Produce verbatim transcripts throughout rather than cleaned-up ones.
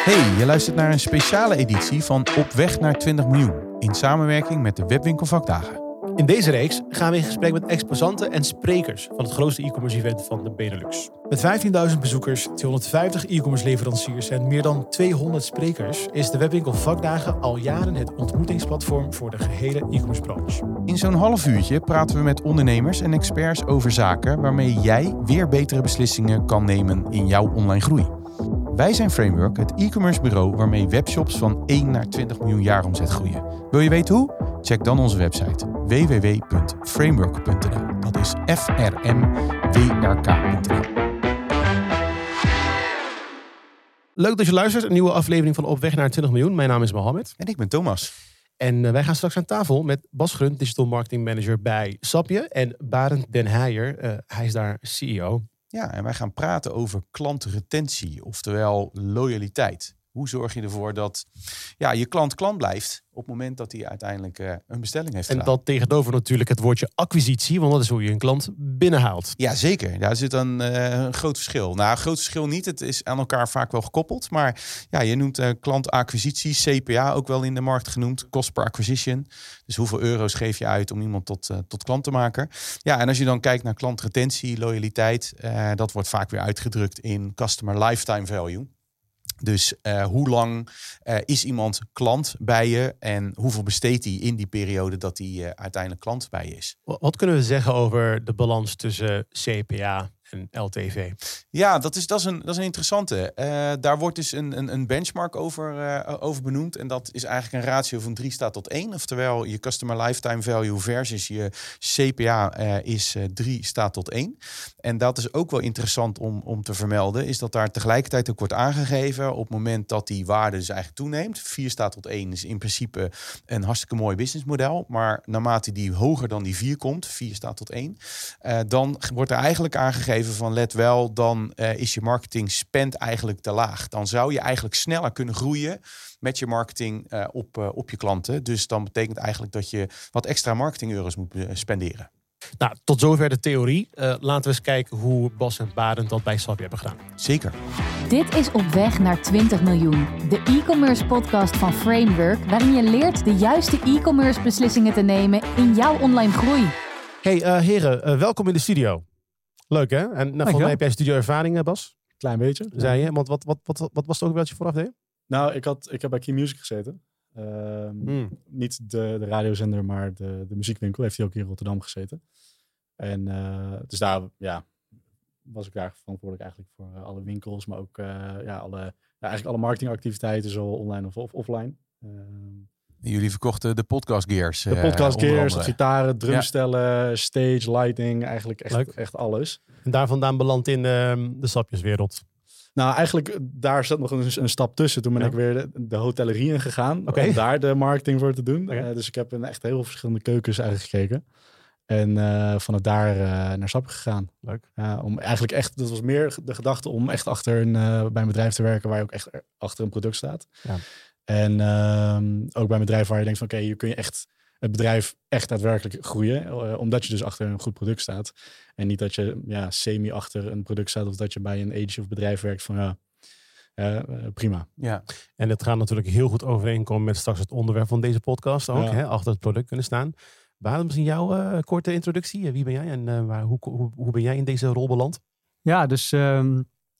Hey, je luistert naar een speciale editie van Op weg naar twintig miljoen in samenwerking met de Webwinkel Vakdagen. In deze reeks gaan we in gesprek met exposanten en sprekers van het grootste e-commerce event van de Benelux. Met vijftienduizend bezoekers, tweehonderdvijftig e-commerce leveranciers en meer dan tweehonderd sprekers is de Webwinkel Vakdagen al jaren het ontmoetingsplatform voor de gehele e-commerce branche. In zo'n half uurtje praten we met ondernemers en experts over zaken waarmee jij weer betere beslissingen kan nemen in jouw online groei. Wij zijn Framework, het e-commerce bureau waarmee webshops van één naar twintig miljoen jaaromzet groeien. Wil je weten hoe? Check dan onze website w w w punt framework punt n l. Dat is F R M W R K punt n l. Leuk dat je luistert. Een nieuwe aflevering van Op weg naar twintig miljoen. Mijn naam is Mohammed. En ik ben Thomas. En uh, wij gaan straks aan tafel met Bas Grunt, Digital Marketing Manager bij Sapje. En Barend Den Heijer, uh, hij is daar C E O. Ja, en wij gaan praten over klantretentie, oftewel loyaliteit. Hoe zorg je ervoor dat ja, je klant klant blijft op het moment dat hij uiteindelijk uh, een bestelling heeft gedaan? En dat tegenover natuurlijk het woordje acquisitie, want dat is hoe je een klant binnenhaalt. Ja, zeker. Daar zit een, uh, een groot verschil. Nou, een groot verschil niet. Het is aan elkaar vaak wel gekoppeld. Maar ja, je noemt uh, klantacquisitie, C P A ook wel in de markt genoemd. Cost per acquisition. Dus hoeveel euro's geef je uit om iemand tot, uh, tot klant te maken? Ja, en als je dan kijkt naar klantretentie, loyaliteit, uh, dat wordt vaak weer uitgedrukt in customer lifetime value. Dus uh, hoe lang uh, is iemand klant bij je en hoeveel besteedt hij in die periode dat hij uh, uiteindelijk klant bij je is? Wat kunnen we zeggen over de balans tussen C P A en L T V? Ja, dat is, dat is, een, dat is een interessante. Uh, daar wordt dus een, een, een benchmark over, uh, over benoemd. En dat is eigenlijk een ratio van drie staat tot één. Oftewel, je customer lifetime value versus je C P A uh, is uh, drie staat tot één. En dat is ook wel interessant om, om te vermelden. Is dat daar tegelijkertijd ook wordt aangegeven op het moment dat die waarde dus eigenlijk toeneemt. vier staat tot één is in principe een hartstikke mooi businessmodel. Maar naarmate die hoger dan die vier komt, vier staat tot één. Uh, dan wordt er eigenlijk aangegeven van let wel, dan uh, is je marketing spend eigenlijk te laag. Dan zou je eigenlijk sneller kunnen groeien met je marketing uh, op, uh, op je klanten. Dus dan betekent eigenlijk dat je wat extra marketing euro's moet uh, spenderen. Nou, tot zover de theorie. Uh, laten we eens kijken hoe Bas en Barend dat bij Sapje hebben gedaan. Zeker. Dit is Op weg naar twintig miljoen. De e-commerce podcast van Framework, waarin je leert de juiste e-commerce beslissingen te nemen in jouw online groei. Hey uh, heren, uh, welkom in de studio. Leuk hè? En nou, volgens mij heb jij studioervaring, Bas? Klein beetje. Zei je? Want wat, wat, wat, wat was het ook wat je vooraf deed? Nou, ik, had, ik heb bij Key Music gezeten. Uh, hmm. Niet de, de radiozender, maar de, de muziekwinkel. Heeft hij ook hier in Rotterdam gezeten. En uh, dus daar ja, was ik daar verantwoordelijk eigenlijk voor uh, alle winkels. Maar ook uh, ja, alle, ja, eigenlijk alle marketingactiviteiten, zowel online of, of offline. Uh, Jullie verkochten de podcast gears. De podcast uh, gears, gitaren, drumstellen, ja. Stage, lighting. Eigenlijk echt, echt alles. En daar vandaan beland in uh, de sapjeswereld. Nou, eigenlijk daar zat nog een, een stap tussen. Toen ben ja. ik weer de, de hotellerie in gegaan. Okay. Om daar de marketing voor te doen. Okay. Uh, dus ik heb in echt heel veel verschillende keukens eigenlijk gekeken. En uh, vanuit daar uh, naar Sapje gegaan. Leuk. Uh, om eigenlijk echt, dat was meer de gedachte om echt achter een, uh, bij een bedrijf te werken waar je ook echt achter een product staat. Ja. En uh, ook bij een bedrijf waar je denkt van oké, okay, hier kun je echt het bedrijf echt daadwerkelijk groeien. Uh, omdat je dus achter een goed product staat. En niet dat je ja, semi achter een product staat of dat je bij een agency of bedrijf werkt van ja, uh, uh, prima. Ja. En dat gaat natuurlijk heel goed overeenkomen met straks het onderwerp van deze podcast ook. Ja. Hè, achter het product kunnen staan. Barend, misschien jouw uh, korte introductie. Wie ben jij en uh, waar, hoe, hoe, hoe ben jij in deze rol beland? Ja, dus um, uh,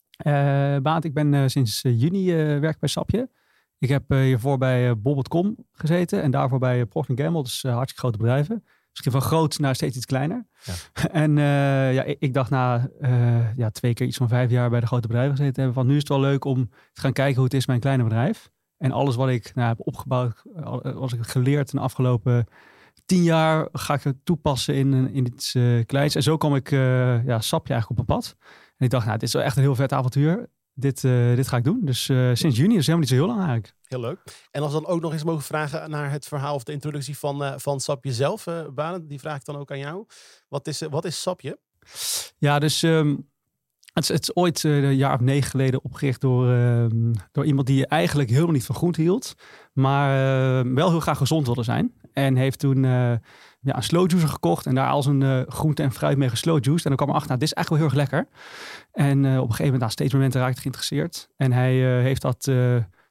Barend, ik ben uh, sinds uh, juni uh, werk bij Sapje. Ik heb uh, hiervoor bij uh, bol punt com gezeten en daarvoor bij uh, Procter en Gamble, dus uh, hartstikke grote bedrijven. Misschien van groot naar steeds iets kleiner. Ja. En uh, ja, ik, ik dacht na uh, ja, twee keer iets van vijf jaar bij de grote bedrijven gezeten hebben, van nu is het wel leuk om te gaan kijken hoe het is bij een kleiner bedrijf. En alles wat ik nou, heb opgebouwd, was ik geleerd in de afgelopen tien jaar, ga ik het toepassen in, in iets uh, kleins. En zo kwam ik uh, ja, Sapje eigenlijk op mijn pad. En ik dacht, nou, dit is wel echt een heel vet avontuur. Dit, uh, dit ga ik doen. Dus uh, sinds juni, dus helemaal niet zo heel lang eigenlijk. Heel leuk. En als we dan ook nog eens mogen vragen naar het verhaal of de introductie van, uh, van Sapje zelf, uh, Barend, die vraag ik dan ook aan jou. Wat is, uh, wat is Sapje? Ja, dus um, het, is, het is ooit uh, een jaar of negen geleden opgericht door, uh, door iemand die eigenlijk helemaal niet van groente hield, maar uh, wel heel graag gezond wilde zijn. En heeft toen uh, ja, een slow juicer gekocht en daar al zijn uh, groente en fruit mee geslowjuiced. En dan kwam erachter, nou, dit is eigenlijk wel heel erg lekker. En uh, op een gegeven moment, nou, steeds momenten raakte geïnteresseerd. En hij uh, heeft dat uh,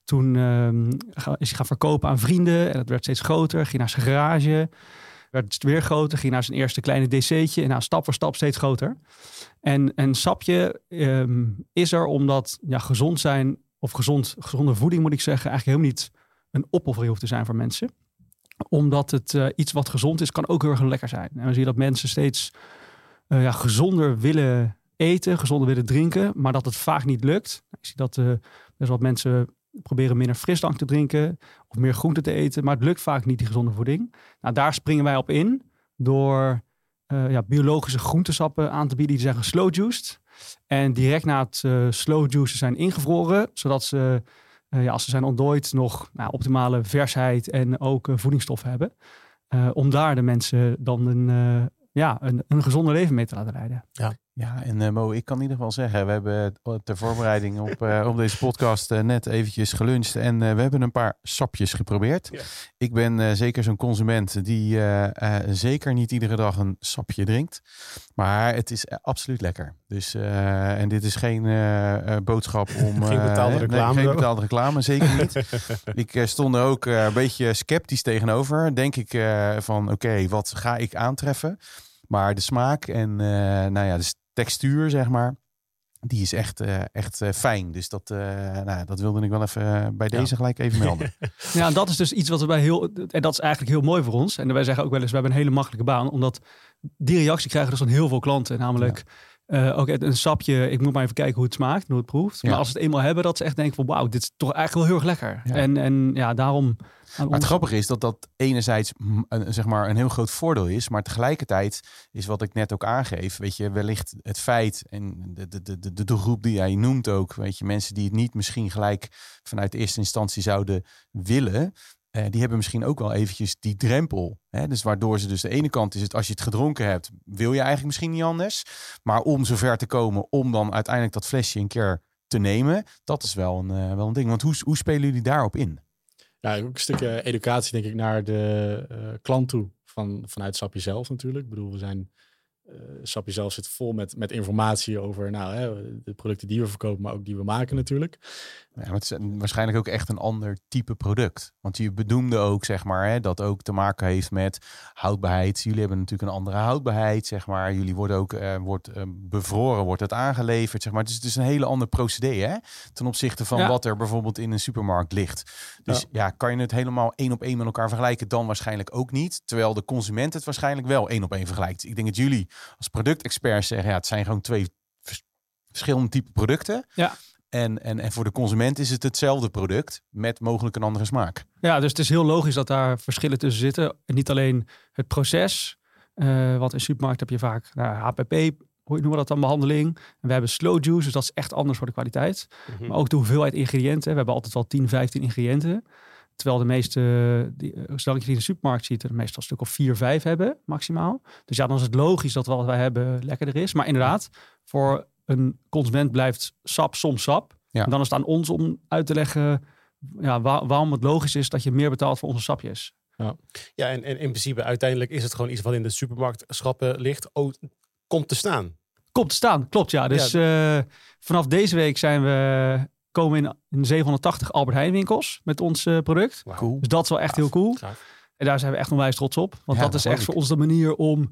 Toen um, is hij gaan verkopen aan vrienden. En dat werd steeds groter. Ging naar zijn garage. Werd weer groter. Ging naar zijn eerste kleine D C'tje. En nou, stap voor stap steeds groter. En, en Sapje um, is er omdat ja, gezond zijn... of gezond, gezonde voeding moet ik zeggen... eigenlijk helemaal niet een opoffering hoeft te zijn voor mensen. Omdat het uh, iets wat gezond is... kan ook heel erg lekker zijn. En we zien dat mensen steeds uh, ja, gezonder willen eten... gezonder willen drinken... maar dat het vaak niet lukt. Ik zie dat uh, best wat mensen... proberen minder frisdrank te drinken of meer groente te eten, maar het lukt vaak niet, die gezonde voeding. Nou, daar springen wij op in door uh, ja, biologische groentesappen aan te bieden die zijn slow juiced en direct na het uh, slow juicen zijn ingevroren, zodat ze, uh, ja, als ze zijn ontdooid, nog nou, optimale versheid en ook uh, voedingsstoffen hebben. Uh, om daar de mensen dan een, uh, ja, een, een gezonder leven mee te laten leiden. Ja. Ja, en uh, Mo, ik kan in ieder geval zeggen, we hebben ter voorbereiding op, uh, op deze podcast uh, net eventjes geluncht en uh, we hebben een paar sapjes geprobeerd. Ja. Ik ben uh, zeker zo'n consument die uh, uh, zeker niet iedere dag een sapje drinkt, maar het is uh, absoluut lekker. Dus, uh, en dit is geen uh, uh, boodschap om... Uh, geen betaalde reclame. Nee, geen betaalde reclame, zeker niet. Ik uh, stond er ook uh, een beetje sceptisch tegenover. Denk ik uh, van, oké, okay, wat ga ik aantreffen? Maar de smaak en uh, nou ja, de textuur, zeg maar, die is echt, uh, echt uh, fijn. Dus dat, uh, nou, dat wilde ik wel even uh, bij deze ja. gelijk even melden. Ja, en dat is dus iets wat we bij heel... En dat is eigenlijk heel mooi voor ons. En wij zeggen ook wel eens, we hebben een hele makkelijke baan. Omdat die reactie krijgen dus van heel veel klanten. Namelijk, ja. uh, ook een sapje, ik moet maar even kijken hoe het smaakt, hoe het proeft. Ja. Maar als ze het eenmaal hebben, dat ze echt denken van, wauw, dit is toch eigenlijk wel heel erg lekker. Ja. En, en ja, daarom... Maar het grappige is dat dat enerzijds een, zeg maar een heel groot voordeel is. Maar tegelijkertijd is wat ik net ook aangeef. Weet je, wellicht het feit en de, de, de, de, de groep die jij noemt ook. Weet je, mensen die het niet misschien gelijk vanuit eerste instantie zouden willen. Eh, die hebben misschien ook wel eventjes die drempel. Hè? Dus waardoor ze dus de ene kant is het, als je het gedronken hebt, wil je eigenlijk misschien niet anders. Maar om zover te komen, om dan uiteindelijk dat flesje een keer te nemen. Dat is wel een, uh, wel een ding. Want hoe, hoe spelen jullie daarop in? Ja, ook een stukje educatie denk ik naar de uh, klant toe. Van, vanuit Sapje zelf natuurlijk. Ik bedoel, we zijn... Uh, Sapje zelf zit vol met, met informatie over nou, hè, de producten die we verkopen, maar ook die we maken natuurlijk. Ja, maar het is waarschijnlijk ook echt een ander type product. Want je benoemde ook, zeg maar, hè, dat ook te maken heeft met houdbaarheid. Jullie hebben natuurlijk een andere houdbaarheid, zeg maar. Jullie worden ook uh, wordt, uh, bevroren, wordt het aangeleverd, zeg maar. Dus het is een hele ander procedé, hè, ten opzichte van ja. wat er bijvoorbeeld in een supermarkt ligt. Dus ja. ja, kan je het helemaal één op één met elkaar vergelijken? Dan waarschijnlijk ook niet. Terwijl de consument het waarschijnlijk wel één op één vergelijkt. Ik denk dat jullie als productexperts zeggen, ja, het zijn gewoon twee vers- verschillende type producten. Ja. En, en, en voor de consument is het hetzelfde product met mogelijk een andere smaak. Ja, dus het is heel logisch dat daar verschillen tussen zitten. En niet alleen het proces. Uh, want in supermarkt heb je vaak nou, H P P, hoe noemen we dat dan, behandeling. En we hebben slow juice, dus dat is echt anders voor de kwaliteit. Mm-hmm. Maar ook de hoeveelheid ingrediënten. We hebben altijd wel tien, vijftien ingrediënten. Terwijl de meeste, die, zolang je die in de supermarkt ziet, er meestal een stuk of vier, vijf hebben, maximaal. Dus ja, dan is het logisch dat wat wij hebben lekkerder is. Maar inderdaad, voor een consument blijft sap soms sap. Ja. En dan is het aan ons om uit te leggen ja, waar, waarom het logisch is dat je meer betaalt voor onze sapjes. Ja, ja en, en in principe uiteindelijk is het gewoon iets wat in de supermarktschappen ligt. Oh, komt te staan. Komt te staan, klopt ja. Dus ja. Uh, vanaf deze week zijn we... komen in, in zevenhonderdtachtig Albert Heijn winkels met ons uh, product. Wow. Cool. Dus dat is wel echt Gaaf. heel cool. Gaaf. En daar zijn we echt onwijs trots op. Want Ja, dat is dat echt ik. voor ons de manier om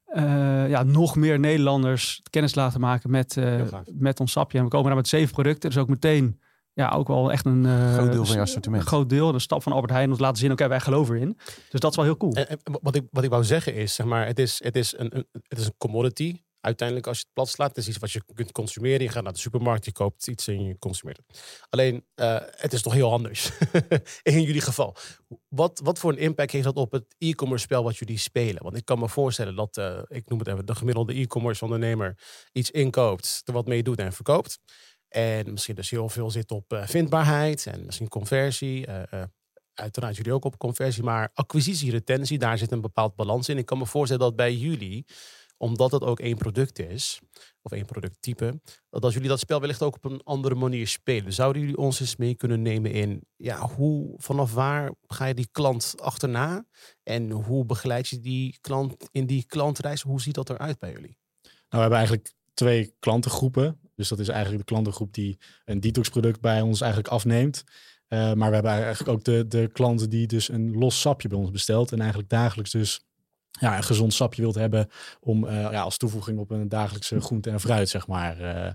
uh, ja, nog meer Nederlanders kennis te laten maken met, uh, met ons sapje. En we komen daar met zeven producten. Dus ook meteen ja, ook wel echt een uh, groot deel van je assortiment. Een groot deel. De stap van Albert Heijn om te laten zien, oké, okay, wij geloven erin. Dus dat is wel heel cool. En, en wat, ik, wat ik wou zeggen is, zeg maar, het is, het is, een, een, het is een commodity. Uiteindelijk als je het plat slaat, het is iets wat je kunt consumeren. Je gaat naar de supermarkt, je koopt iets en je consumeert het. Alleen, uh, het is toch heel anders. In jullie geval. Wat, wat voor een impact heeft dat op het e-commerce spel wat jullie spelen? Want ik kan me voorstellen dat, uh, ik noem het even, de gemiddelde e-commerce ondernemer iets inkoopt, er wat mee doet en verkoopt. En misschien dus heel veel zit op uh, vindbaarheid en misschien conversie. Uh, uh, uiteraard jullie ook op conversie, maar acquisitie, retentie, daar zit een bepaald balans in. Ik kan me voorstellen dat bij jullie, omdat het ook één product is, of één producttype, dat als jullie dat spel wellicht ook op een andere manier spelen, zouden jullie ons eens mee kunnen nemen in, ja, hoe, vanaf waar ga je die klant achterna? En hoe begeleid je die klant in die klantreis? Hoe ziet dat eruit bij jullie? Nou, we hebben eigenlijk twee klantengroepen. Dus dat is eigenlijk de klantengroep die een detox product bij ons eigenlijk afneemt. Uh, maar we hebben eigenlijk ook de, de klanten die dus een los sapje bij ons bestelt. En eigenlijk dagelijks dus ja, een gezond sapje wilt hebben om uh, ja, als toevoeging op een dagelijkse groente en fruit, zeg maar. Uh,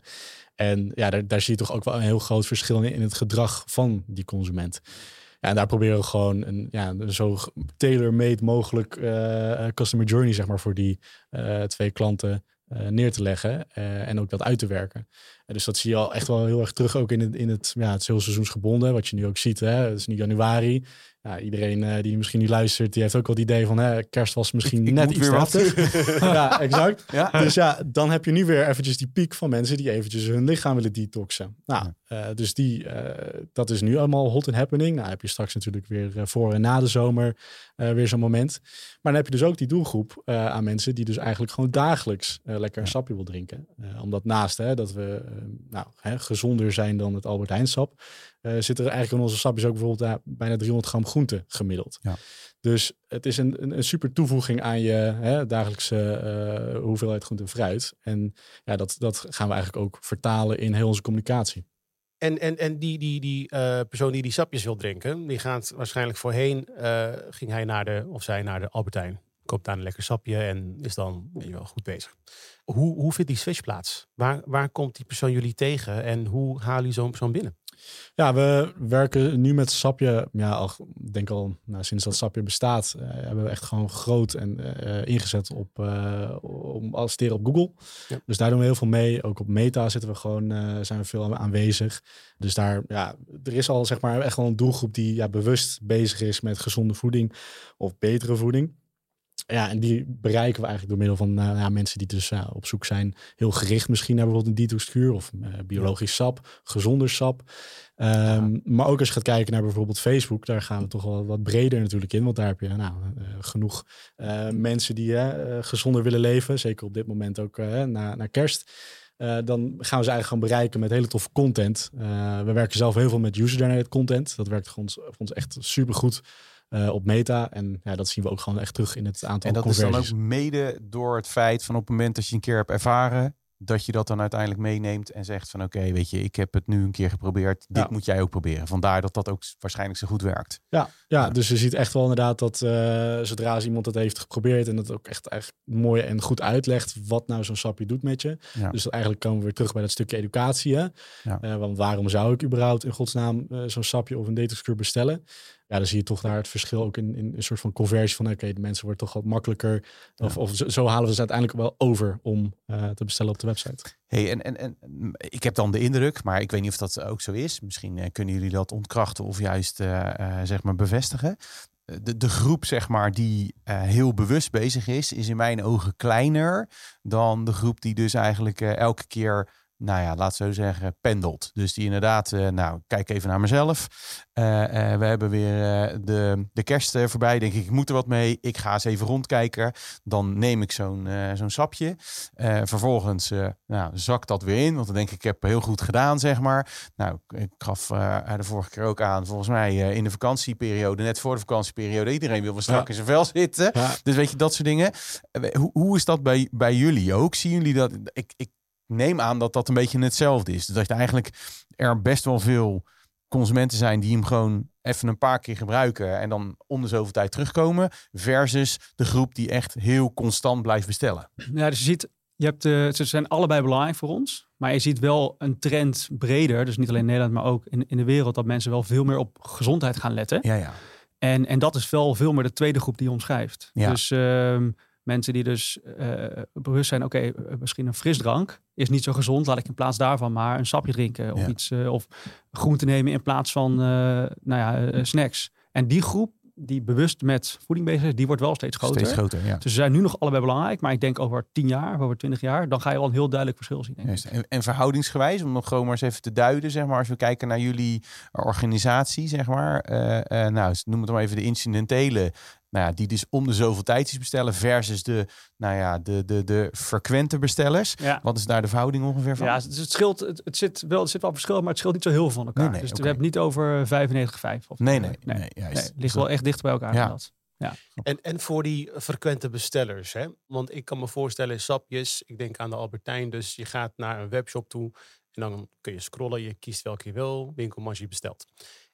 en ja, daar, daar zie je toch ook wel een heel groot verschil in, in het gedrag van die consument. Ja, en daar proberen we gewoon een, ja, een zo tailor-made mogelijk uh, customer journey, zeg maar, voor die uh, twee klanten uh, neer te leggen uh, en ook dat uit te werken. Uh, dus dat zie je al echt wel heel erg terug ook in het, in het, ja, het salesseizoensgebonden, wat je nu ook ziet. Hè? Het is nu januari. Ja, iedereen uh, die misschien niet luistert, die heeft ook wel het idee van hè, kerst was misschien ik, net ik iets te heftig. Ja, exact. Ja. Dus ja, dan heb je nu weer eventjes die piek van mensen die eventjes hun lichaam willen detoxen. Nou, uh, dus die, uh, dat is nu allemaal hot and happening. Nou, heb je straks natuurlijk weer uh, voor en na de zomer uh, weer zo'n moment. Maar dan heb je dus ook die doelgroep uh, aan mensen die dus eigenlijk gewoon dagelijks uh, lekker een sapje wil drinken. Uh, omdat naast hè, dat we uh, nou, hè, gezonder zijn dan het Albert Heijn sap, Uh, zit er eigenlijk in onze sapjes ook bijvoorbeeld uh, bijna driehonderd gram groente gemiddeld. Ja. Dus het is een, een, een super toevoeging aan je hè, dagelijkse uh, hoeveelheid groente en fruit. En ja, dat, dat gaan we eigenlijk ook vertalen in heel onze communicatie. En, en, en die, die, die uh, persoon die die sapjes wil drinken, die gaat waarschijnlijk voorheen, uh, ging hij naar de, of zij naar de Albert Heijn. Koopt daar een lekker sapje en is dan weet je wel, goed bezig. Hoe, hoe vindt die switch plaats? Waar, waar komt die persoon jullie tegen en hoe halen jullie zo'n persoon binnen? Ja, we werken nu met Sapje. Ja, al, ik denk al nou, sinds dat Sapje bestaat, uh, hebben we echt gewoon groot en uh, ingezet op uh, om assisteren op Google. Ja. Dus daar doen we heel veel mee. Ook op Meta zitten we gewoon, uh, zijn we veel aanwezig. Dus daar, ja, er is al zeg maar echt wel een doelgroep die ja, bewust bezig is met gezonde voeding of betere voeding. Ja, en die bereiken we eigenlijk door middel van uh, ja, mensen die dus uh, op zoek zijn, heel gericht misschien naar bijvoorbeeld een detoxkuur of uh, biologisch sap, gezonder sap. Um, ja. Maar ook als je gaat kijken naar bijvoorbeeld Facebook, daar gaan we toch wel wat breder natuurlijk in. Want daar heb je nou, uh, genoeg uh, mensen die uh, gezonder willen leven. Zeker op dit moment ook uh, na, na kerst. Uh, dan gaan we ze eigenlijk gaan bereiken met hele toffe content. Uh, we werken zelf heel veel met user-generated content. Dat werkt voor ons, voor ons echt supergoed. Uh, op Meta. En ja, dat zien we ook gewoon echt terug in het aantal conversies. En dat is dan ook mede door het feit van op het moment dat je een keer hebt ervaren, dat je dat dan uiteindelijk meeneemt en zegt van oké, okay, weet je, ik heb het nu een keer geprobeerd. Dit ja. moet jij ook proberen. Vandaar dat dat ook waarschijnlijk zo goed werkt. Ja, ja, ja. Dus je ziet echt wel inderdaad dat uh, zodra iemand dat heeft geprobeerd en dat ook echt, echt mooi en goed uitlegt wat nou zo'n sapje doet met je. Ja. Dus eigenlijk komen we weer terug bij dat stukje educatie. Hè? Ja. Uh, want waarom zou ik überhaupt in godsnaam uh, zo'n sapje of een detoxkuur bestellen? Ja, dan zie je toch daar het verschil ook in, in een soort van conversie van oké, okay, de mensen worden toch wat makkelijker. Ja. Of, of zo, zo halen we ze uiteindelijk wel over om uh, te bestellen op de website. Hey, en, en, en ik heb dan de indruk, maar ik weet niet of dat ook zo is. Misschien uh, kunnen jullie dat ontkrachten of juist uh, uh, zeg maar bevestigen. De, de groep zeg maar die uh, heel bewust bezig is, is in mijn ogen kleiner dan de groep die dus eigenlijk uh, elke keer, nou ja, laat zo zeggen, pendelt. Dus die inderdaad, uh, nou, kijk even naar mezelf. Uh, uh, we hebben weer uh, de, de kerst uh, voorbij. Denk ik, ik moet er wat mee. Ik ga eens even rondkijken. Dan neem ik zo'n uh, zo'n sapje. Uh, vervolgens uh, nou, zakt dat weer in. Want dan denk ik, ik heb heel goed gedaan, zeg maar. Nou, ik gaf uh, de vorige keer ook aan. Volgens mij uh, in de vakantieperiode, net voor de vakantieperiode. Iedereen wil wel strak ja. in zijn vel zitten. Ja. Dus weet je, dat soort dingen. Uh, hoe, hoe is dat bij, bij jullie ook? Zien jullie dat? Ik, ik neem aan dat dat een beetje hetzelfde is. Dus dat je eigenlijk er best wel veel consumenten zijn die hem gewoon even een paar keer gebruiken en dan om de zoveel tijd terugkomen, versus de groep die echt heel constant blijft bestellen. Ja, dus je ziet, je hebt, uh, ze zijn allebei belangrijk voor ons, maar je ziet wel een trend breder, dus niet alleen in Nederland, maar ook in, in de wereld, dat mensen wel veel meer op gezondheid gaan letten. Ja, ja. En, en dat is wel veel meer de tweede groep die je omschrijft. Ja. Dus uh, mensen die dus uh, bewust zijn, oké, okay, uh, misschien een frisdrank is niet zo gezond. Laat ik in plaats daarvan maar een sapje drinken. Of ja. iets, uh, of groente nemen in plaats van uh, nou ja, uh, snacks. En die groep die bewust met voeding bezig is, die wordt wel steeds groter. Steeds groter, ja. Dus ze zijn nu nog allebei belangrijk. Maar ik denk over tien jaar, over twintig jaar, dan ga je wel een heel duidelijk verschil zien. Denk ik. En, en verhoudingsgewijs, om nog gewoon maar eens even te duiden, zeg maar, als we kijken naar jullie organisatie, zeg maar. Uh, uh, nou, noem het maar even de incidentele. Nou ja, die dus om de zoveel tijd bestellen versus de, nou ja, de, de, de frequente bestellers. Ja. Wat is daar de verhouding ongeveer van? Ja, het, het scheelt, het, het zit wel, het zit wel verschil, maar het scheelt niet zo heel veel van elkaar. Nee, nee, dus okay. We hebben het niet over vijfennegentig vijf. Of nee, nee, nee, nee, juist. Nee, het ligt wel echt dicht bij elkaar. Ja. Dat. Ja. En, en voor die frequente bestellers, hè? Want ik kan me voorstellen, sapjes, ik denk aan de Albertijn, dus je gaat naar een webshop toe en dan kun je scrollen, je kiest welke je wil, winkelmars je bestelt.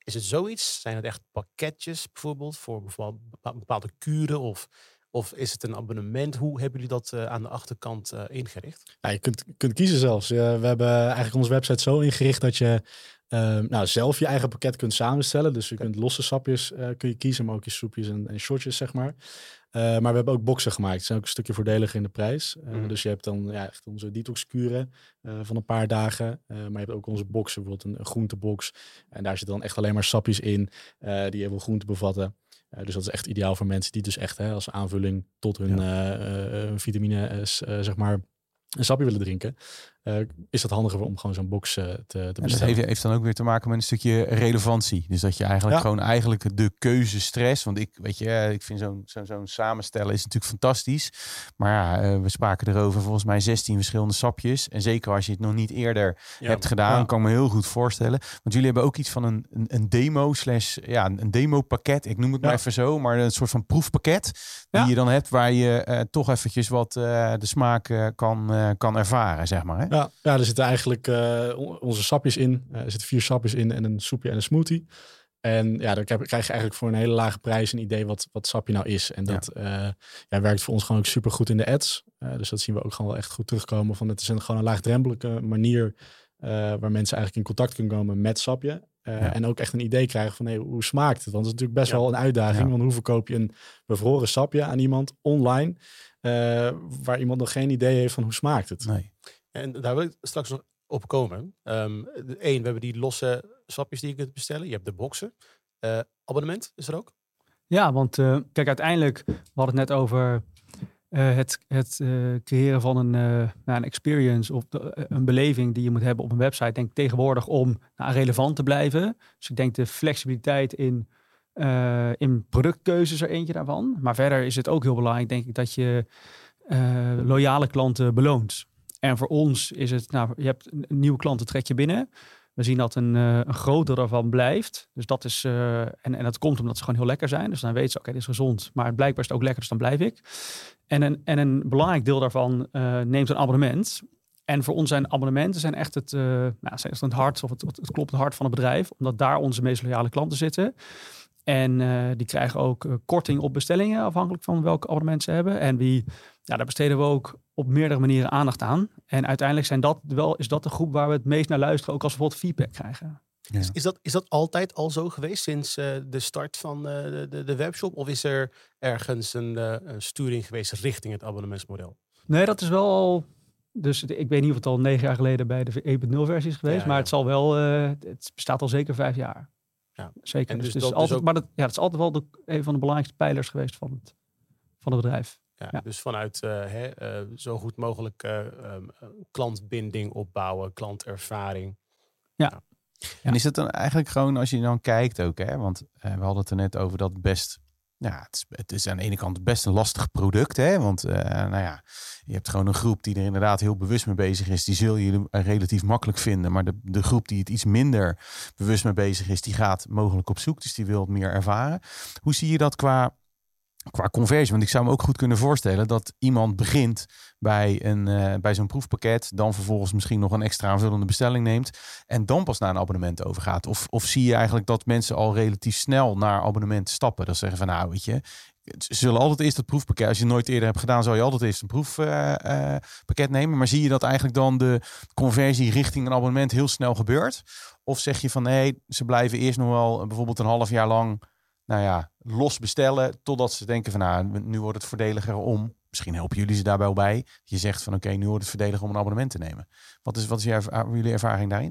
Is het zoiets? Zijn het echt pakketjes bijvoorbeeld voor bijvoorbeeld bepaalde kuren of, of is het een abonnement? Hoe hebben jullie dat uh, aan de achterkant uh, ingericht? Ja, je kunt, kunt kiezen zelfs. Uh, we hebben eigenlijk onze website zo ingericht dat je uh, nou, zelf je eigen pakket kunt samenstellen. Dus je kunt losse sapjes uh, kun je kiezen, maar ook je soepjes en, en shotjes, zeg maar. Uh, maar we hebben ook boxen gemaakt. Die zijn ook een stukje voordeliger in de prijs. Uh, mm. Dus je hebt dan ja, echt onze detoxkuren uh, van een paar dagen. Uh, maar je hebt ook onze boxen, bijvoorbeeld een, een groentebox. En daar zitten dan echt alleen maar sapjes in uh, die heel veel groente bevatten. Uh, dus dat is echt ideaal voor mensen die dus echt hè, als aanvulling tot hun ja. uh, uh, vitamine, uh, zeg maar, een sapje willen drinken. Uh, is dat handiger om gewoon zo'n box uh, te, te bestellen. En dat heeft, heeft dan ook weer te maken met een stukje relevantie. Dus dat je eigenlijk ja. gewoon eigenlijk de keuzestress. Want ik weet je, ik vind zo'n zo'n zo'n samenstellen is natuurlijk fantastisch. Maar ja, uh, we spraken erover volgens mij zestien verschillende sapjes. En zeker als je het nog niet eerder ja. hebt gedaan, ja. kan ik me heel goed voorstellen. Want jullie hebben ook iets van een, een, een demo slash ja, een demo pakket. Ik noem het ja. maar even zo, maar een soort van proefpakket die ja. je dan hebt waar je uh, toch eventjes wat uh, de smaak uh, kan, uh, kan ervaren, zeg maar. Hè? Ja, ja, er zitten eigenlijk uh, onze sapjes in. Uh, er zitten vier sapjes in en een soepje en een smoothie. En ja, dan krijg je eigenlijk voor een hele lage prijs een idee wat, wat sapje nou is. En dat ja. Uh, ja, werkt voor ons gewoon ook super goed in de ads. Uh, dus dat zien we ook gewoon wel echt goed terugkomen. Van het is een, gewoon een laagdrempelige manier uh, waar mensen eigenlijk in contact kunnen komen met sapje. Uh, ja. En ook echt een idee krijgen van hey, hoe smaakt het? Want het is natuurlijk best ja. wel een uitdaging. Ja. Want hoe verkoop je een bevroren sapje aan iemand online uh, waar iemand nog geen idee heeft van hoe smaakt het? Nee. En daar wil ik straks nog op komen. Um, Eén, we hebben die losse sapjes die je kunt bestellen. Je hebt de boxen. Uh, abonnement is er ook? Ja, want uh, kijk, uiteindelijk, we hadden het net over uh, het, het uh, creëren van een, uh, nou, een experience of de, uh, een beleving die je moet hebben op een website. Denk tegenwoordig om nou, relevant te blijven. Dus ik denk de flexibiliteit in, uh, in productkeuzes er eentje daarvan. Maar verder is het ook heel belangrijk, denk ik, dat je uh, loyale klanten beloont. En voor ons is het, nou, je hebt een nieuwe klanten trek je binnen. We zien dat een, uh, een groot deel daarvan blijft. Dus dat is, uh, en, en dat komt omdat ze gewoon heel lekker zijn. Dus dan weten ze, oké, okay, dit is gezond. Maar blijkbaar is het ook lekker, dus dan blijf ik. En een, en een belangrijk deel daarvan uh, neemt een abonnement. En voor ons zijn abonnementen zijn echt het, uh, nou, zijn echt het hart of het, het, het kloppend hart van het bedrijf. Omdat daar onze meest loyale klanten zitten. En uh, die krijgen ook uh, korting op bestellingen, afhankelijk van welk abonnement ze hebben. En wie, ja, daar besteden we ook op meerdere manieren aandacht aan. En uiteindelijk zijn dat wel, is dat de groep waar we het meest naar luisteren, ook als we bijvoorbeeld feedback krijgen. Ja. Is, is, dat, is dat altijd al zo geweest sinds uh, de start van uh, de, de webshop? Of is er ergens een, uh, een sturing geweest richting het abonnementsmodel? Nee, dat is wel al... Dus ik weet niet of het al negen jaar geleden bij de één punt nul versie is geweest. Ja, maar ja. het zal wel... Uh, het bestaat al zeker vijf jaar. Ja. Zeker. En dus, dus, dus altijd, dus ook... Maar dat, ja, het is altijd wel de, een van de belangrijkste pijlers geweest van het, van het bedrijf. Ja, ja. Dus vanuit uh, hè, uh, zo goed mogelijk uh, um, klantbinding opbouwen, klantervaring. Ja. ja. En is het dan eigenlijk gewoon als je dan kijkt ook, hè? Want uh, we hadden het er net over dat best... Ja, het is, het is aan de ene kant best een lastig product, hè? Want uh, nou ja, je hebt gewoon een groep die er inderdaad heel bewust mee bezig is. Die zul je relatief makkelijk vinden. Maar de, de groep die het iets minder bewust mee bezig is, die gaat mogelijk op zoek. Dus die wil het meer ervaren. Hoe zie je dat qua, qua conversie? Want ik zou me ook goed kunnen voorstellen dat iemand begint bij, een, uh, bij zo'n proefpakket. Dan vervolgens misschien nog een extra aanvullende bestelling neemt. En dan pas naar een abonnement overgaat. Of, of zie je eigenlijk dat mensen al relatief snel naar abonnement stappen. Dat zeggen van nou weet je, ze zullen altijd eerst het proefpakket. Als je het nooit eerder hebt gedaan, zal je altijd eerst een proefpakket uh, uh, nemen. Maar zie je dat eigenlijk dan de conversie richting een abonnement heel snel gebeurt? Of zeg je van nee, ze blijven eerst nog wel bijvoorbeeld een half jaar lang nou ja, los bestellen. Totdat ze denken van nou, nu wordt het voordeliger om. Misschien helpen jullie ze daarbij wel bij. Je zegt van oké, okay, nu wordt het voordeliger om een abonnement te nemen. Wat is, wat is jouw, jullie ervaring daarin?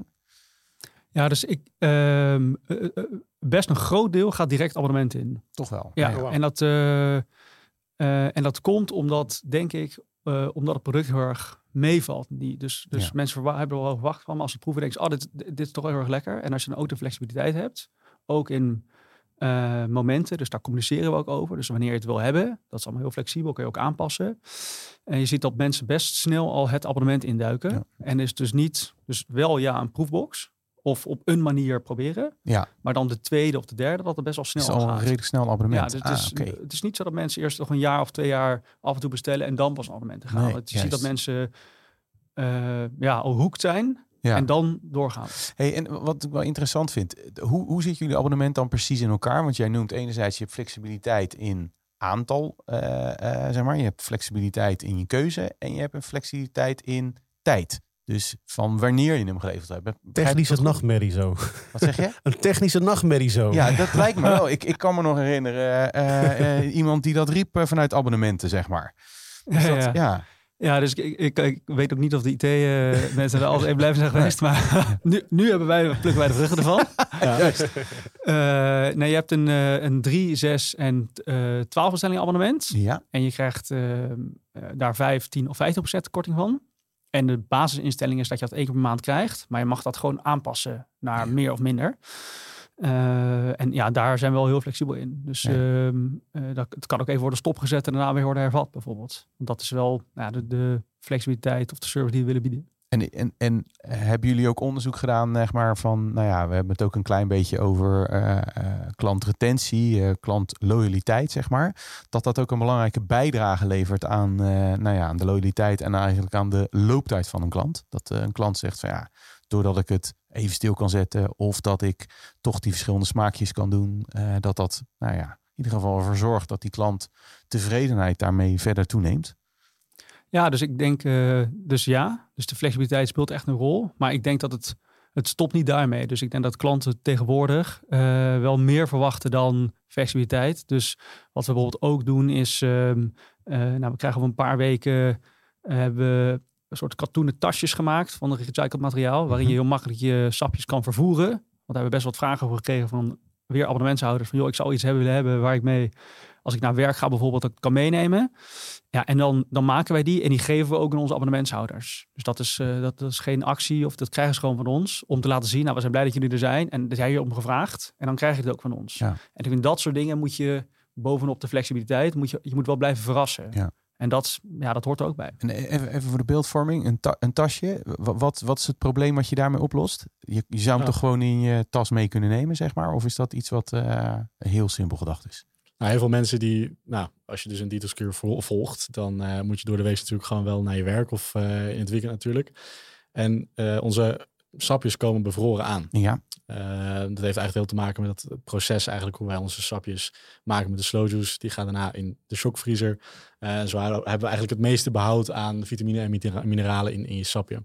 Ja, dus ik uh, uh, best een groot deel gaat direct abonnement in. Toch wel. Ja, ja, ja. En, dat, uh, uh, en dat komt omdat, denk ik, uh, omdat het product heel erg meevalt. Die, dus dus ja. mensen verwa- hebben er wel verwacht van, maar als ze proeven denken, oh, dit, dit is toch heel erg lekker. En als je een autoflexibiliteit hebt, ook in uh, momenten, dus daar communiceren we ook over. Dus wanneer je het wil hebben, dat is allemaal heel flexibel, kun je ook aanpassen. En je ziet dat mensen best snel al het abonnement induiken. Ja. En is dus niet, dus wel ja, een proefbox. Of op een manier proberen. Ja. Maar dan de tweede of de derde, dat het best wel snel gaat. Het is al gaat. een redelijk snel abonnement. Ja, dus ah, het, is, okay. het is niet zo dat mensen eerst nog een jaar of twee jaar af en toe bestellen en dan pas een abonnement gaan. Nee, je juist. ziet dat mensen uh, ja, al hoekt zijn Ja. En dan doorgaan. Hey, en wat ik wel interessant vind, hoe, hoe zit jullie abonnement dan precies in elkaar? Want jij noemt enerzijds je hebt flexibiliteit in aantal, uh, uh, zeg maar. Je hebt flexibiliteit in je keuze en je hebt een flexibiliteit in tijd. Dus van wanneer je hem geleverd hebt. Technische nachtmerrie zo. Wat zeg je? Een technische nachtmerrie zo. Ja, dat lijkt me wel. Ik, ik kan me nog herinneren, uh, uh, iemand die dat riep uh, vanuit abonnementen, zeg maar. Dus ja, dat, ja. ja. Ja, dus ik, ik, ik weet ook niet of de I T-mensen uh, er altijd even blijven zijn geweest. Maar nu, nu hebben wij, plukken wij de vruchten ervan. Ja, juist. Uh, nee, je hebt een, uh, een drie, zes en uh, twaalf bestellingen abonnement. Ja. En je krijgt uh, uh, daar vijf, tien of vijftien procent korting van. En de basisinstelling is dat je dat één keer per maand krijgt. Maar je mag dat gewoon aanpassen naar meer of minder. Uh, en ja, daar zijn we wel heel flexibel in. Dus ja. uh, uh, dat, het kan ook even worden stopgezet en daarna weer worden hervat bijvoorbeeld. Want dat is wel ja, de, de flexibiliteit of de service die we willen bieden. En, en, en hebben jullie ook onderzoek gedaan, zeg maar, van, nou ja, we hebben het ook een klein beetje over uh, uh, klantretentie, uh, klantloyaliteit, zeg maar. Dat dat ook een belangrijke bijdrage levert aan, uh, nou ja, aan de loyaliteit en eigenlijk aan de looptijd van een klant. Dat uh, een klant zegt van ja, doordat ik het even stil kan zetten of dat ik toch die verschillende smaakjes kan doen, uh, dat dat, nou ja, in ieder geval ervoor zorgt dat die klant tevredenheid daarmee verder toeneemt. Ja, dus ik denk, uh, dus ja, dus de flexibiliteit speelt echt een rol. Maar ik denk dat het, het stopt niet daarmee. Dus ik denk dat klanten tegenwoordig uh, wel meer verwachten dan flexibiliteit. Dus wat we bijvoorbeeld ook doen is, uh, uh, nou, we krijgen over een paar weken, uh, hebben we een soort katoenen tasjes gemaakt van een gerecycled materiaal, waarin je heel makkelijk je sapjes kan vervoeren. Want daar hebben we best wat vragen over gekregen van weer abonnementshouders. Van joh, ik zou iets hebben willen hebben waar ik mee, als ik naar werk ga bijvoorbeeld, dat ik kan meenemen. Ja, en dan, dan maken wij die en die geven we ook aan onze abonnementshouders. Dus dat is, uh, dat, dat is geen actie of dat krijgen ze gewoon van ons. Om te laten zien, nou we zijn blij dat jullie er zijn. En dat jij hier om gevraagd. En dan krijg je het ook van ons. Ja. En ik vind dat soort dingen moet je bovenop de flexibiliteit, moet je, je moet wel blijven verrassen. Ja. En dat, ja, dat hoort er ook bij. En even, even voor de beeldvorming, een, ta- een tasje. Wat, wat is het probleem wat je daarmee oplost? Je, je zou hem ja. toch gewoon in je tas mee kunnen nemen, zeg maar? Of is dat iets wat uh, heel simpel gedacht is? Nou, heel veel mensen die, nou, als je dus een detox-kuur volgt, dan uh, moet je door de week natuurlijk gewoon wel naar je werk of uh, in het weekend natuurlijk. En uh, onze sapjes komen bevroren aan. Ja. Uh, dat heeft eigenlijk heel te maken met het proces eigenlijk hoe wij onze sapjes maken met de slow juice. Die gaat daarna in de shockvriezer. Uh, zo hebben we eigenlijk het meeste behoud aan vitamine en mineralen in, in je sapje.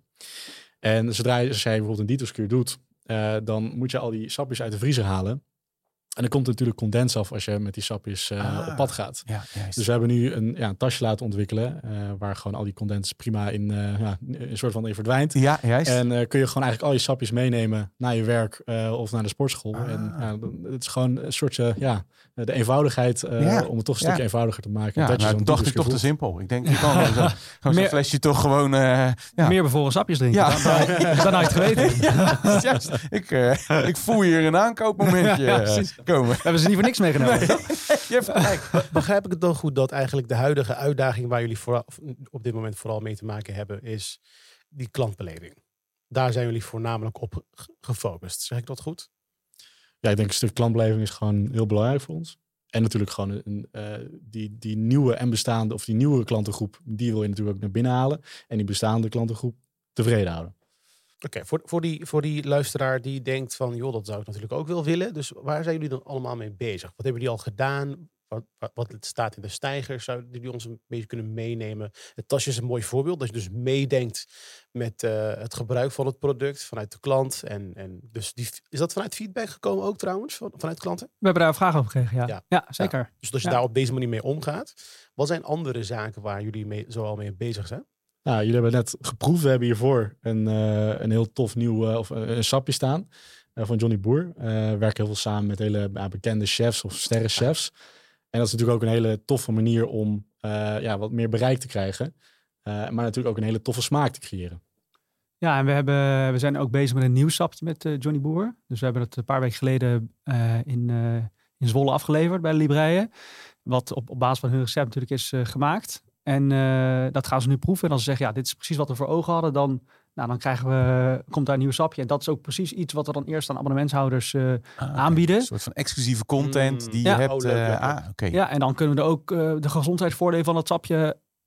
En zodra je, als jij bijvoorbeeld een detox-kuur doet, uh, dan moet je al die sapjes uit de vriezer halen. En er komt natuurlijk condens af als je met die sapjes uh, ah, op pad gaat. Ja, dus we hebben nu een, ja, een tasje laten ontwikkelen uh, waar gewoon al die condens prima in uh, ja, een soort van in verdwijnt. Ja, juist. En uh, kun je gewoon eigenlijk al je sapjes meenemen naar je werk uh, of naar de sportschool. Ah. En ja, het is gewoon een soortje, ja, de eenvoudigheid uh, ja. om het toch een stukje ja. eenvoudiger te maken. Ja, dat nou, je dacht ik toch te simpel. Ik denk, je kan gewoon zo'n zo meer, flesje toch gewoon... Uh, ja. Meer bevroren sapjes drinken. Ja. Dan, dan, dan had je het geweten. Ja, juist. Ik, uh, ik voel hier een aankoopmomentje uh, komen. Hebben ze niet voor niks meegenomen. Nee. Je hebt gelijk. Begrijp ik het dan goed dat eigenlijk de huidige uitdaging waar jullie voor, op dit moment vooral mee te maken hebben, is die klantbeleving. Daar zijn jullie voornamelijk op gefocust. Zeg ik dat goed? Ja, ik denk een stuk klantbeleving is gewoon heel belangrijk voor ons. En natuurlijk gewoon een, uh, die, die nieuwe en bestaande, of die nieuwe klantengroep, die wil je natuurlijk ook naar binnen halen. En die bestaande klantengroep tevreden houden. Oké, okay, voor, voor, die, voor die luisteraar die denkt van, joh, dat zou ik natuurlijk ook wel willen. Dus waar zijn jullie dan allemaal mee bezig? Wat hebben jullie al gedaan? Wat, wat, wat staat in de stijgers? Zouden jullie ons een beetje kunnen meenemen? Het tasje is een mooi voorbeeld. Dat je dus meedenkt met uh, het gebruik van het product vanuit de klant. En, en dus die, is dat vanuit feedback gekomen ook trouwens? Van, vanuit klanten? We hebben daar vragen over gekregen, ja. Ja, ja zeker. Ja. Dus als je ja. daar op deze manier mee omgaat. Wat zijn andere zaken waar jullie mee, zoal mee bezig zijn? Nou, jullie hebben net geproefd. We hebben hiervoor een, uh, een heel tof nieuw uh, of, uh, een sapje staan uh, van Johnny Boer. Uh, we werken heel veel samen met hele uh, bekende chefs of sterrenchefs. En dat is natuurlijk ook een hele toffe manier om uh, ja, wat meer bereik te krijgen. Uh, maar natuurlijk ook een hele toffe smaak te creëren. Ja, en we, hebben, we zijn ook bezig met een nieuw sapje met uh, Johnny Boer. Dus we hebben het een paar weken geleden uh, in, uh, in Zwolle afgeleverd bij de Libreien. Wat op, op basis van hun recept natuurlijk is uh, gemaakt. En uh, dat gaan ze nu proeven. En als ze zeggen, ja, dit is precies wat we voor ogen hadden, dan, nou, dan krijgen we, komt daar een nieuw sapje. En dat is ook precies iets wat we dan eerst aan abonnementshouders uh, ah, aanbieden. Een soort van exclusieve content die ja. je hebt. Oh, leuk, uh, leuk. Ah, okay. Ja, en dan kunnen we er ook uh, de gezondheidsvoordelen van het sapje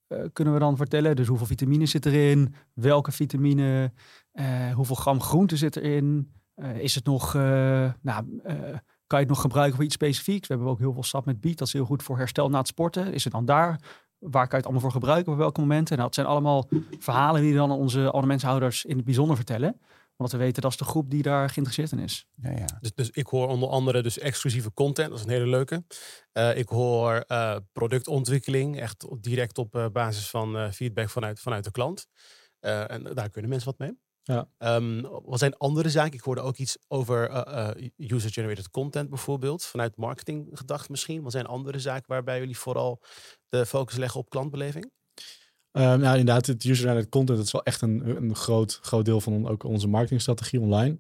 uh, kunnen we dan vertellen. Dus hoeveel vitamine zit erin? Welke vitamine? Uh, hoeveel gram groente zit erin? Uh, is het nog... Uh, nou, uh, kan je het nog gebruiken voor iets specifieks? We hebben ook heel veel sap met biet. Dat is heel goed voor herstel na het sporten. Is het dan daar? Waar kan je het allemaal voor gebruiken? Op welke momenten? Nou, het zijn allemaal verhalen die dan onze abonnementshouders in het bijzonder vertellen. Want we weten dat is de groep die daar geïnteresseerd in is. Ja, ja. Dus, dus ik hoor onder andere dus exclusieve content. Dat is een hele leuke. Uh, ik hoor uh, productontwikkeling. Echt direct op uh, basis van uh, feedback vanuit, vanuit de klant. Uh, en daar kunnen mensen wat mee. Ja. Um, wat zijn andere zaken? Ik hoorde ook iets over uh, uh, user-generated content bijvoorbeeld. Vanuit marketing gedacht misschien. Wat zijn andere zaken waarbij jullie vooral de focus leggen op klantbeleving? Um, nou, inderdaad, het user-generated content, dat is wel echt een, een groot, groot deel van ook onze marketingstrategie online.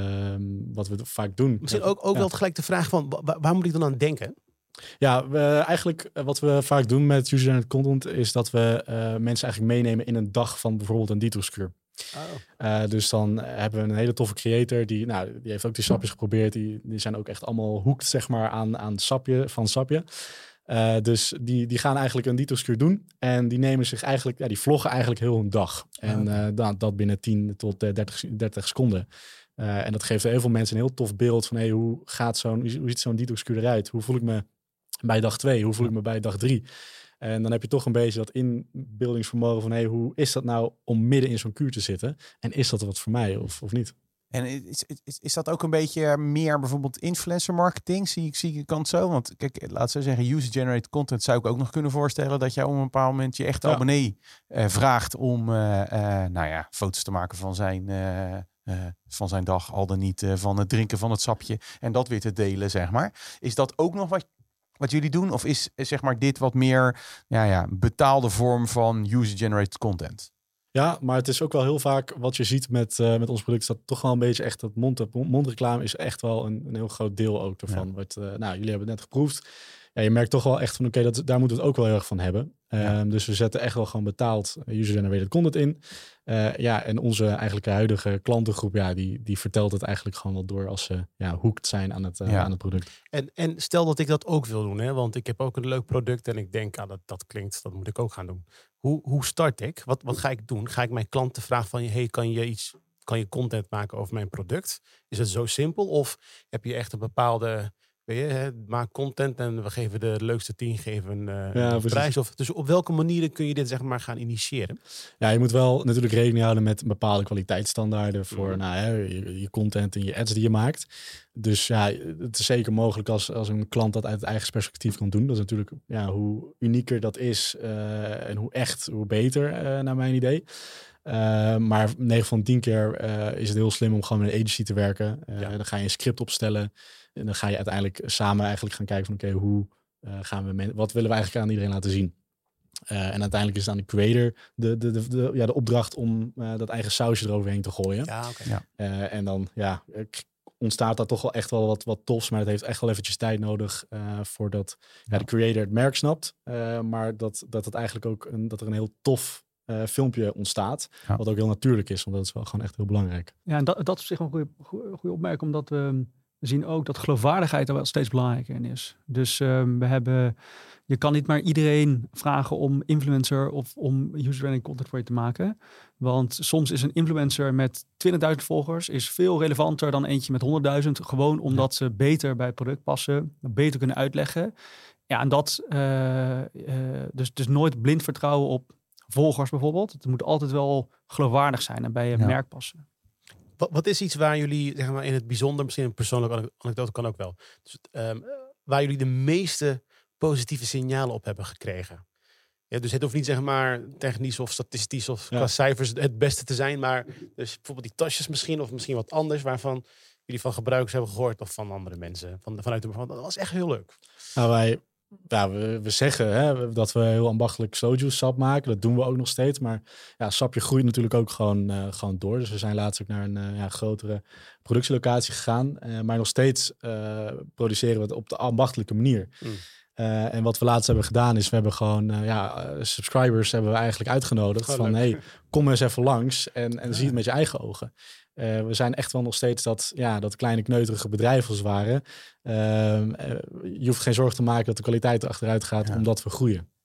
Um, wat we vaak doen. Misschien ook, ook ja. wel gelijk de vraag van, waar, waar moet ik dan aan denken? Ja, we, eigenlijk wat we vaak doen met user-generated content is dat we uh, mensen eigenlijk meenemen in een dag van bijvoorbeeld een detoxkuur. Oh. Uh, dus dan hebben we een hele toffe creator die, nou, die heeft ook die sapjes geprobeerd. Die, die zijn ook echt allemaal hoekt, zeg maar, aan, aan het sapje van sapje. Uh, dus die, die gaan eigenlijk een detoxkuur doen. En die nemen zich eigenlijk, ja, die vloggen eigenlijk heel hun dag. En uh, dat, dat binnen tien tot dertig, dertig seconden. Uh, en dat geeft heel veel mensen een heel tof beeld van, hey, hoe gaat zo'n, hoe ziet zo'n detoxkuur eruit? Hoe voel ik me bij dag twee? Hoe voel ik me bij dag drie? En dan heb je toch een beetje dat inbeeldingsvermogen van, hey, hoe is dat nou om midden in zo'n kuur te zitten? En is dat wat voor mij of, of niet? En is, is, is dat ook een beetje meer bijvoorbeeld influencer marketing? Zie ik, zie ik kant zo? Want kijk, laat zo zeggen, user-generated content zou ik ook nog kunnen voorstellen dat jij op een bepaald moment je echte ja. abonnee uh, vraagt om uh, uh, nou ja, foto's te maken van zijn, uh, uh, van zijn dag, al dan niet uh, van het drinken van het sapje en dat weer te delen, zeg maar. Is dat ook nog wat, wat jullie doen? Of is zeg maar dit wat meer ja, ja, betaalde vorm van user-generated content? Ja, maar het is ook wel heel vaak wat je ziet met, uh, met ons product, is dat toch wel een beetje echt dat mond, mondreclame is echt wel een, een heel groot deel ook daarvan. Ja. Wat, uh, nou, jullie hebben het net geproefd. Ja, je merkt toch wel echt van oké, okay, daar moeten we het ook wel heel erg van hebben. Ja. Um, dus we zetten echt wel gewoon betaald user-generated content in. Uh, ja, en onze eigenlijk huidige klantengroep, ja, die, die vertelt het eigenlijk gewoon wel door als ze ja, hooked zijn aan het, uh, ja. aan het product. En, en stel dat ik dat ook wil doen, hè, want ik heb ook een leuk product en ik denk, ah, dat, dat klinkt, dat moet ik ook gaan doen. Hoe, hoe start ik? Wat, wat ga ik doen? Ga ik mijn klanten vragen van, hey, kan je iets, kan je content maken over mijn product? Is het zo simpel? Of heb je echt een bepaalde, weet je, hè, maak content en we geven de leukste tien geven uh, ja, een prijs? Of, dus op welke manieren kun je dit zeg maar gaan initiëren? Ja, je moet wel natuurlijk rekening houden met bepaalde kwaliteitsstandaarden voor mm-hmm. nou, hè, je, je content en je ads die je maakt. Dus ja, het is zeker mogelijk als, als een klant dat uit het eigen perspectief kan doen. Dat is natuurlijk, ja, hoe unieker dat is uh, en hoe echt, hoe beter uh, naar mijn idee. Uh, maar negen van tien keer uh, is het heel slim om gewoon met een agency te werken. Uh, ja. Dan ga je een script opstellen en dan ga je uiteindelijk samen eigenlijk gaan kijken van oké, okay, hoe uh, gaan we, men- wat willen we eigenlijk aan iedereen laten zien? Uh, en uiteindelijk is het aan de creator de, de, de, de, ja, de opdracht om uh, dat eigen sausje eroverheen te gooien. Ja, okay. ja. Uh, en dan ja, ontstaat daar toch wel echt wel wat, wat tofs, maar het heeft echt wel eventjes tijd nodig uh, voordat ja, de creator het merk snapt. Uh, maar dat, dat het eigenlijk ook een, dat er een heel tof Uh, filmpje ontstaat. Ja. Wat ook heel natuurlijk is, want dat is wel gewoon echt heel belangrijk. Ja, en dat, dat is op zich een goede, goede, goede opmerking, omdat we, we zien ook dat geloofwaardigheid er wel steeds belangrijker in is. Dus um, we hebben, je kan niet maar iedereen vragen om influencer of om user-generated content voor je te maken. Want soms is een influencer met twintigduizend volgers is veel relevanter dan eentje met honderdduizend. Gewoon omdat ja. ze beter bij het product passen, beter kunnen uitleggen. Ja, en dat uh, uh, dus, dus nooit blind vertrouwen op volgers bijvoorbeeld. Het moet altijd wel geloofwaardig zijn en bij je ja. merk passen. Wat, wat is iets waar jullie zeg maar, in het bijzonder, misschien een persoonlijke anekdote kan ook wel, dus, um, waar jullie de meeste positieve signalen op hebben gekregen? Ja, dus het hoeft niet zeg maar technisch of statistisch of ja. qua cijfers het beste te zijn, maar dus bijvoorbeeld die tasjes misschien of misschien wat anders waarvan jullie van gebruikers hebben gehoord of van andere mensen van, vanuit de van, dat was echt heel leuk. Nou, wij Ja, we, we zeggen hè, dat we heel ambachtelijk soju sap maken. Dat doen we ook nog steeds. Maar ja, sapje groeit natuurlijk ook gewoon, uh, gewoon door. Dus we zijn laatst ook naar een uh, ja, grotere productielocatie gegaan. Uh, maar nog steeds uh, produceren we het op de ambachtelijke manier. Mm. Uh, en wat we laatst hebben gedaan is, we hebben gewoon uh, ja, uh, subscribers hebben we eigenlijk uitgenodigd. Oh, van hey, kom eens even langs en, en ja. zie het met je eigen ogen. Uh, we zijn echt wel nog steeds dat, ja, dat kleine kneuterige bedrijf als het ware. Uh, uh, je hoeft geen zorgen te maken dat de kwaliteit erachteruit gaat, ja. omdat we groeien.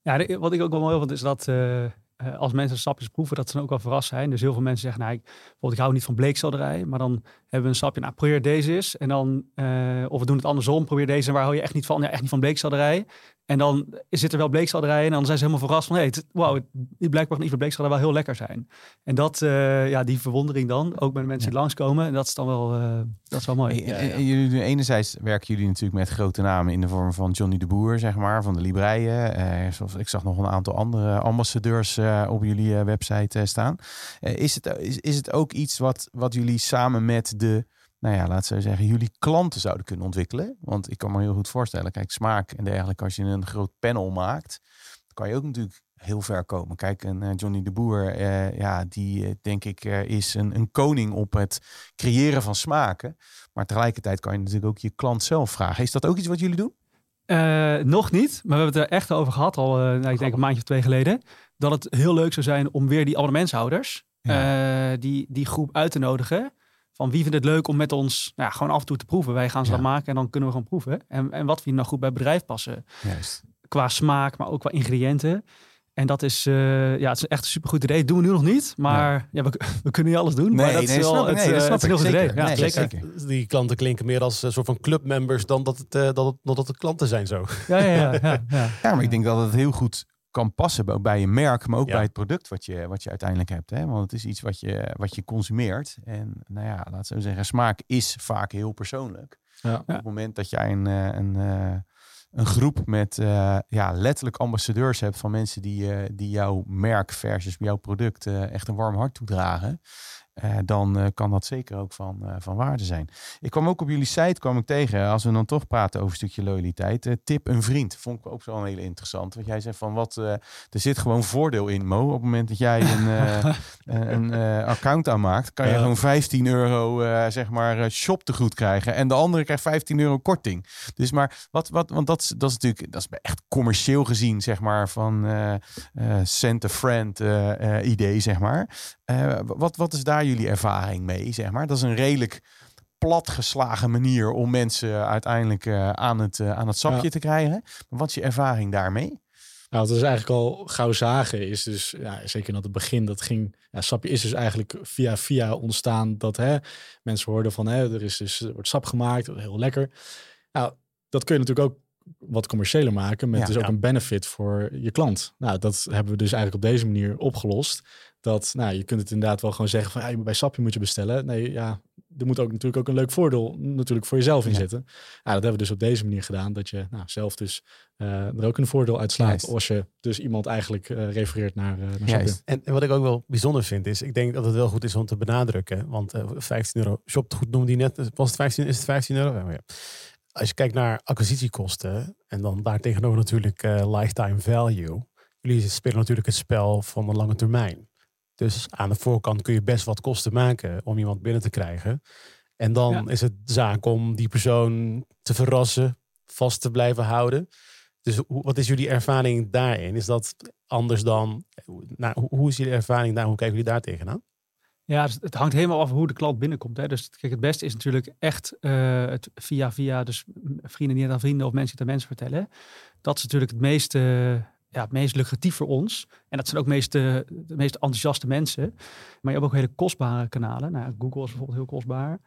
Ja, de, wat ik ook wel mooi vind is dat uh, uh, als mensen sapjes proeven, dat ze dan ook wel verrast zijn. Dus heel veel mensen zeggen, nou, ik, bijvoorbeeld, ik hou niet van bleekselderij, maar dan hebben we een sapje, nou, probeer deze eens. En dan, uh, of we doen het andersom, probeer deze en waar hou je echt niet van? Ja, echt niet van bleekselderij. En dan zit er wel bleekselderij en dan zijn ze helemaal verrast van, hey, het, wow, het, het blijkbaar niet van bleekselderij wel heel lekker zijn. En dat, uh, ja, die verwondering dan, ook bij de mensen die langskomen, en dat is dan wel, uh, dat is wel mooi. En, en, en jullie, enerzijds werken jullie natuurlijk met grote namen in de vorm van Johnny de Boer, zeg maar, van de Libreien. Uh, zoals, ik zag nog een aantal andere ambassadeurs uh, op jullie uh, website uh, staan. Uh, is, het, is, is het ook iets wat, wat jullie samen met de, nou ja, laten we zeggen, jullie klanten zouden kunnen ontwikkelen? Want ik kan me heel goed voorstellen, kijk, smaak en dergelijke, als je een groot panel maakt, kan je ook natuurlijk heel ver komen. Kijk, een uh, Johnny de Boer, uh, ja, die uh, denk ik uh, is een, een koning op het creëren van smaken. Maar tegelijkertijd kan je natuurlijk ook je klant zelf vragen. Is dat ook iets wat jullie doen? Uh, nog niet, maar we hebben het er echt over gehad al, uh, nou, ik denk een maandje of twee geleden, dat het heel leuk zou zijn om weer die abonnementshouders, ja. uh, die, die groep uit te nodigen. Van wie vindt het leuk om met ons nou ja, gewoon af en toe te proeven. Wij gaan ze ja. dat maken en dan kunnen we gewoon proeven. En, en wat vind je nou goed bij het bedrijf passen? Juist. Qua smaak, maar ook qua ingrediënten. En dat is, uh, ja, het is echt een supergoed idee. Dat doen we nu nog niet, maar ja. Ja, we, we kunnen niet alles doen. Nee, maar dat nee, is wel snap, het, nee, dat snap het, het ik. is een heel Zeker. goed idee. Ja, Nee, zeker. zeker. Die klanten klinken meer als een soort van clubmembers dan dat het, uh, dat het, dat het, dat het klanten zijn zo. Ja, ja, ja, ja, ja. ja, maar ik denk dat het heel goed kan passen, ook bij je merk, maar ook ja. bij het product wat je, wat je uiteindelijk hebt. Hè? Want het is iets wat je, wat je consumeert. En nou ja, laten we zeggen, smaak is vaak heel persoonlijk. Ja. Op het moment dat jij een, een, een groep met uh, ja, letterlijk ambassadeurs hebt van mensen die, uh, die jouw merk versus jouw product uh, echt een warm hart toedragen, Uh, dan uh, kan dat zeker ook van, uh, van waarde zijn. Ik kwam ook op jullie site kwam ik tegen, als we dan toch praten over een stukje loyaliteit. Uh, tip een vriend. Vond ik ook zo een hele interessant. Want jij zegt van wat, uh, er zit gewoon voordeel in, Mo. Op het moment dat jij een, uh, een uh, account aanmaakt, kan je ja. gewoon vijftien euro uh, zeg maar uh, shop te goed krijgen. En de andere krijgt vijftien euro korting. Dus maar wat, wat want dat, dat is natuurlijk, dat is echt commercieel gezien, zeg maar, van uh, uh, send a friend uh, uh, idee, zeg maar. Uh, wat, wat is daar jullie ervaring mee, zeg maar? Dat is een redelijk platgeslagen manier om mensen uiteindelijk uh, aan, het, uh, aan het sapje ja. te krijgen. Maar wat is je ervaring daarmee? Nou, het is eigenlijk al gauw zagen. Is dus, ja, zeker aan het begin, dat ging... Ja, sapje is dus eigenlijk via via ontstaan dat hè, mensen hoorden van... Hè, er, is dus, er wordt sap gemaakt, dat is heel lekker. Nou, dat kun je natuurlijk ook wat commerciëler maken met ja, dus ook ja. een benefit voor je klant. Nou, dat hebben we dus eigenlijk op deze manier opgelost. Dat, nou, je kunt het inderdaad wel gewoon zeggen van ja, bij sapje moet je bestellen. Nee, ja, er moet ook natuurlijk ook een leuk voordeel natuurlijk voor jezelf in ja. zitten. Nou, dat hebben we dus op deze manier gedaan. Dat je nou, zelf dus uh, er ook een voordeel uitslaat. Juist. Als je dus iemand eigenlijk uh, refereert naar, uh, naar sapje. En, en wat ik ook wel bijzonder vind is, ik denk dat het wel goed is om te benadrukken. Want uh, vijftien euro shop, goed noemde die net. Was het vijftien, is het vijftien euro? Ja. Als je kijkt naar acquisitiekosten en dan daar tegenover natuurlijk uh, lifetime value. Jullie spelen natuurlijk het spel van de lange termijn. Dus aan de voorkant kun je best wat kosten maken om iemand binnen te krijgen. En dan ja. is het zaak om die persoon te verrassen, vast te blijven houden. Dus wat is jullie ervaring daarin? Is dat anders dan... Nou, hoe is jullie ervaring daar? Hoe kijken jullie daar tegenaan? Ja, dus het hangt helemaal af hoe de klant binnenkomt. Hè. Dus kijk, het beste is natuurlijk echt uh, het via via, dus vrienden niet aan vrienden of mensen die aan mensen vertellen. Dat is natuurlijk het meest, uh, ja, het meest lucratief voor ons. En dat zijn ook meest, uh, de meest enthousiaste mensen. Maar je hebt ook hele kostbare kanalen. Nou, Google is bijvoorbeeld heel kostbaar.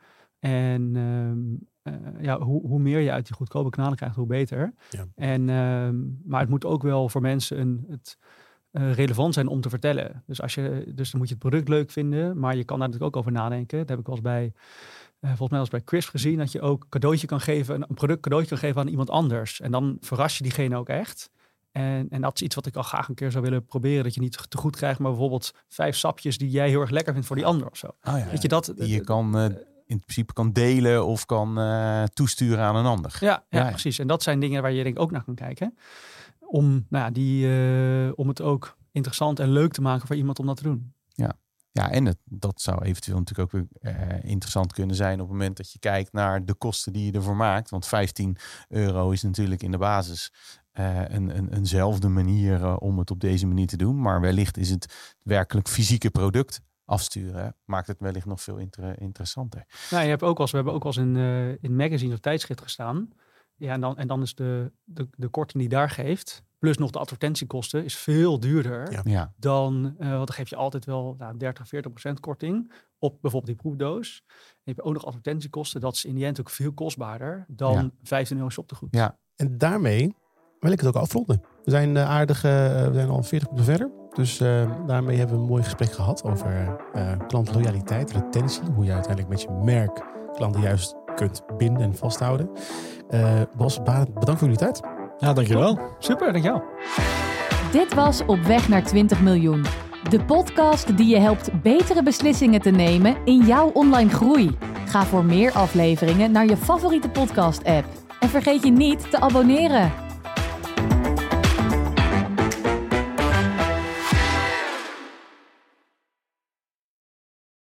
En um, uh, ja, hoe, hoe meer je uit die goedkope kanalen krijgt, hoe beter. Ja. En, um, maar het moet ook wel voor mensen een... Het, Uh, relevant zijn om te vertellen. Dus, als je, dus dan moet je het product leuk vinden, maar je kan daar natuurlijk ook over nadenken. Dat heb ik wel eens bij, uh, volgens mij was bij Crisp gezien, dat je ook cadeautje kan geven, een product cadeautje kan geven aan iemand anders. En dan verras je diegene ook echt. En, en dat is iets wat ik al graag een keer zou willen proberen. Dat je niet te goed krijgt, maar bijvoorbeeld vijf sapjes die jij heel erg lekker vindt voor die ander of zo. Oh ja, Weet je, dat, die je kan uh, in principe kan delen of kan uh, toesturen aan een ander. Ja, ja, ja, precies. En dat zijn dingen waar je denk ik ook naar kan kijken. Om, nou ja, die, uh, om het ook interessant en leuk te maken voor iemand om dat te doen. Ja, ja en het, dat zou eventueel natuurlijk ook weer uh, interessant kunnen zijn op het moment dat je kijkt naar de kosten die je ervoor maakt. Want vijftien euro is natuurlijk in de basis uh, een, een, eenzelfde manier uh, om het op deze manier te doen. Maar wellicht is het werkelijk fysieke product afsturen, maakt het wellicht nog veel inter- interessanter. Nou, je hebt ook als we hebben ook wel eens in, uh, in magazines of tijdschrift gestaan. Ja, en dan, en dan is de, de, de korting die daar geeft, Plus nog de advertentiekosten is veel duurder Ja. Ja. dan, uh, want dan geef je altijd wel nou, dertig, veertig procent korting op bijvoorbeeld die proefdoos. En je hebt ook nog advertentiekosten. Dat is in die end ook veel kostbaarder dan Ja. vijftien euro shoptegoed. Ja. En daarmee wil ik het ook afronden. We zijn uh, aardig, uh, we zijn al veertig minuten verder. Dus uh, daarmee hebben we een mooi gesprek gehad over uh, klantloyaliteit, retentie. Hoe je uiteindelijk met je merk klanten juist kunt binden en vasthouden. Uh, Bas, Barend, bedankt voor jullie tijd. Ja, dankjewel. Super, dankjewel. Dit was Op weg naar twintig miljoen. De podcast die je helpt betere beslissingen te nemen in jouw online groei. Ga voor meer afleveringen naar je favoriete podcast-app. En vergeet je niet te abonneren.